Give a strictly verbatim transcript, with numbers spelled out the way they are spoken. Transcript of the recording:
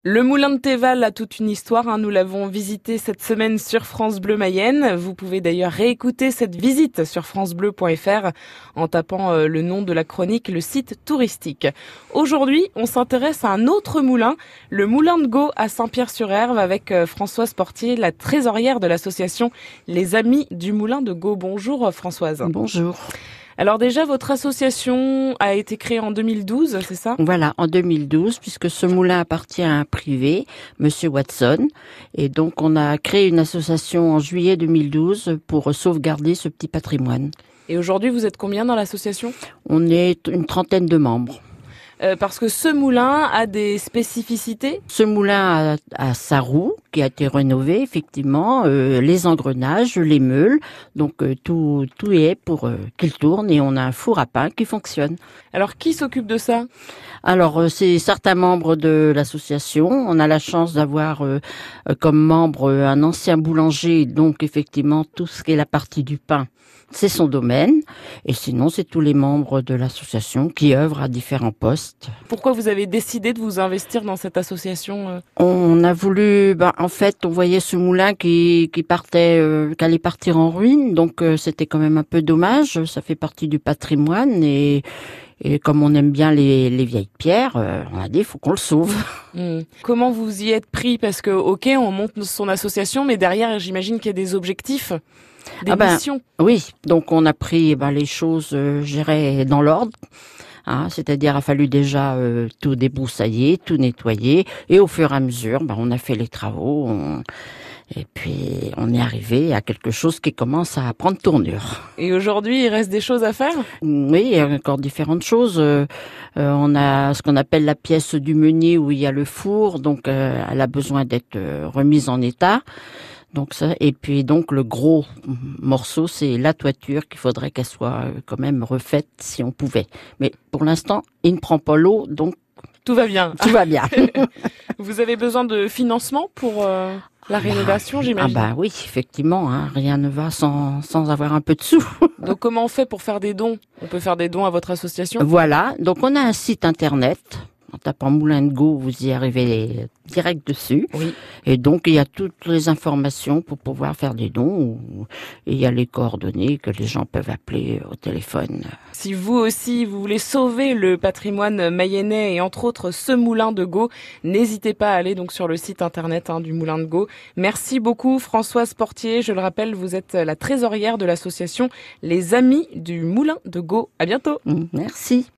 Le moulin de Théval a toute une histoire, hein. Nous l'avons visité cette semaine sur France Bleu Mayenne. Vous pouvez d'ailleurs réécouter cette visite sur francebleu point fr en tapant euh, le nom de la chronique, le site touristique. Aujourd'hui, on s'intéresse à un autre moulin, le moulin de Gau à Saint-Pierre-sur-Herve avec euh, Françoise Portier, la trésorière de l'association Les Amis du Moulin de Gau. Bonjour euh, Françoise. Bonjour. Alors déjà, votre association a été créée en deux mille douze, c'est ça ? Voilà, en deux mille douze, puisque ce moulin appartient à un privé, Monsieur Watson. Et donc, on a créé une association en juillet deux mille douze pour sauvegarder ce petit patrimoine. Et aujourd'hui, vous êtes combien dans l'association ? On est une trentaine de membres. Euh, parce que ce moulin a des spécificités. Ce moulin a, a sa roue qui a été rénovée, effectivement, euh, les engrenages, les meules, donc euh, tout tout est pour euh, qu'il tourne et on a un four à pain qui fonctionne. Alors qui s'occupe de ça ? Alors euh, c'est certains membres de l'association. On a la chance d'avoir euh, euh, comme membre euh, un ancien boulanger, donc effectivement tout ce qui est la partie du pain, c'est son domaine. Et sinon c'est tous les membres de l'association qui œuvrent à différents postes. Pourquoi vous avez décidé de vous investir dans cette association euh On a voulu, ben, en fait, on voyait ce moulin qui, qui partait, euh, qui allait partir en ruine, donc euh, c'était quand même un peu dommage. Ça fait partie du patrimoine et, et comme on aime bien les, les vieilles pierres, euh, on a dit il faut qu'on le sauve. Mmh. Comment vous y êtes pris ? Parce que, ok, on monte son association, mais derrière, j'imagine qu'il y a des objectifs, des Ah ben, missions. Oui, donc on a pris ben, les choses, euh, je dirais, dans l'ordre. Hein, c'est-à-dire, il a fallu déjà euh, tout débroussailler, tout nettoyer, et au fur et à mesure, ben, on a fait les travaux, on... et puis on est arrivé à quelque chose qui commence à prendre tournure. Et aujourd'hui, il reste des choses à faire ? Oui, il y a encore différentes choses. Euh, euh, on a ce qu'on appelle la pièce du meunier où il y a le four, donc euh, elle a besoin d'être euh, remise en état. Donc ça, et puis donc le gros morceau, c'est la toiture qu'il faudrait qu'elle soit quand même refaite si on pouvait. Mais pour l'instant, il ne prend pas l'eau, donc tout va bien. Tout va bien. Vous avez besoin de financement pour euh, la rénovation, ah, j'imagine. Ah bah oui, effectivement, hein, rien ne va sans sans avoir un peu de sous. Donc comment on fait pour faire des dons ? On peut faire des dons à votre association ? Voilà, donc on a un site internet. En tapant Moulin de Gau, vous y arrivez direct dessus. Oui. Et donc, il y a toutes les informations pour pouvoir faire des dons. Et il y a les coordonnées que les gens peuvent appeler au téléphone. Si vous aussi, vous voulez sauver le patrimoine mayennais et entre autres ce Moulin de Gau, n'hésitez pas à aller donc sur le site internet hein, du Moulin de Gau. Merci beaucoup Françoise Portier. Je le rappelle, vous êtes la trésorière de l'association Les Amis du Moulin de Gau. À bientôt. Merci.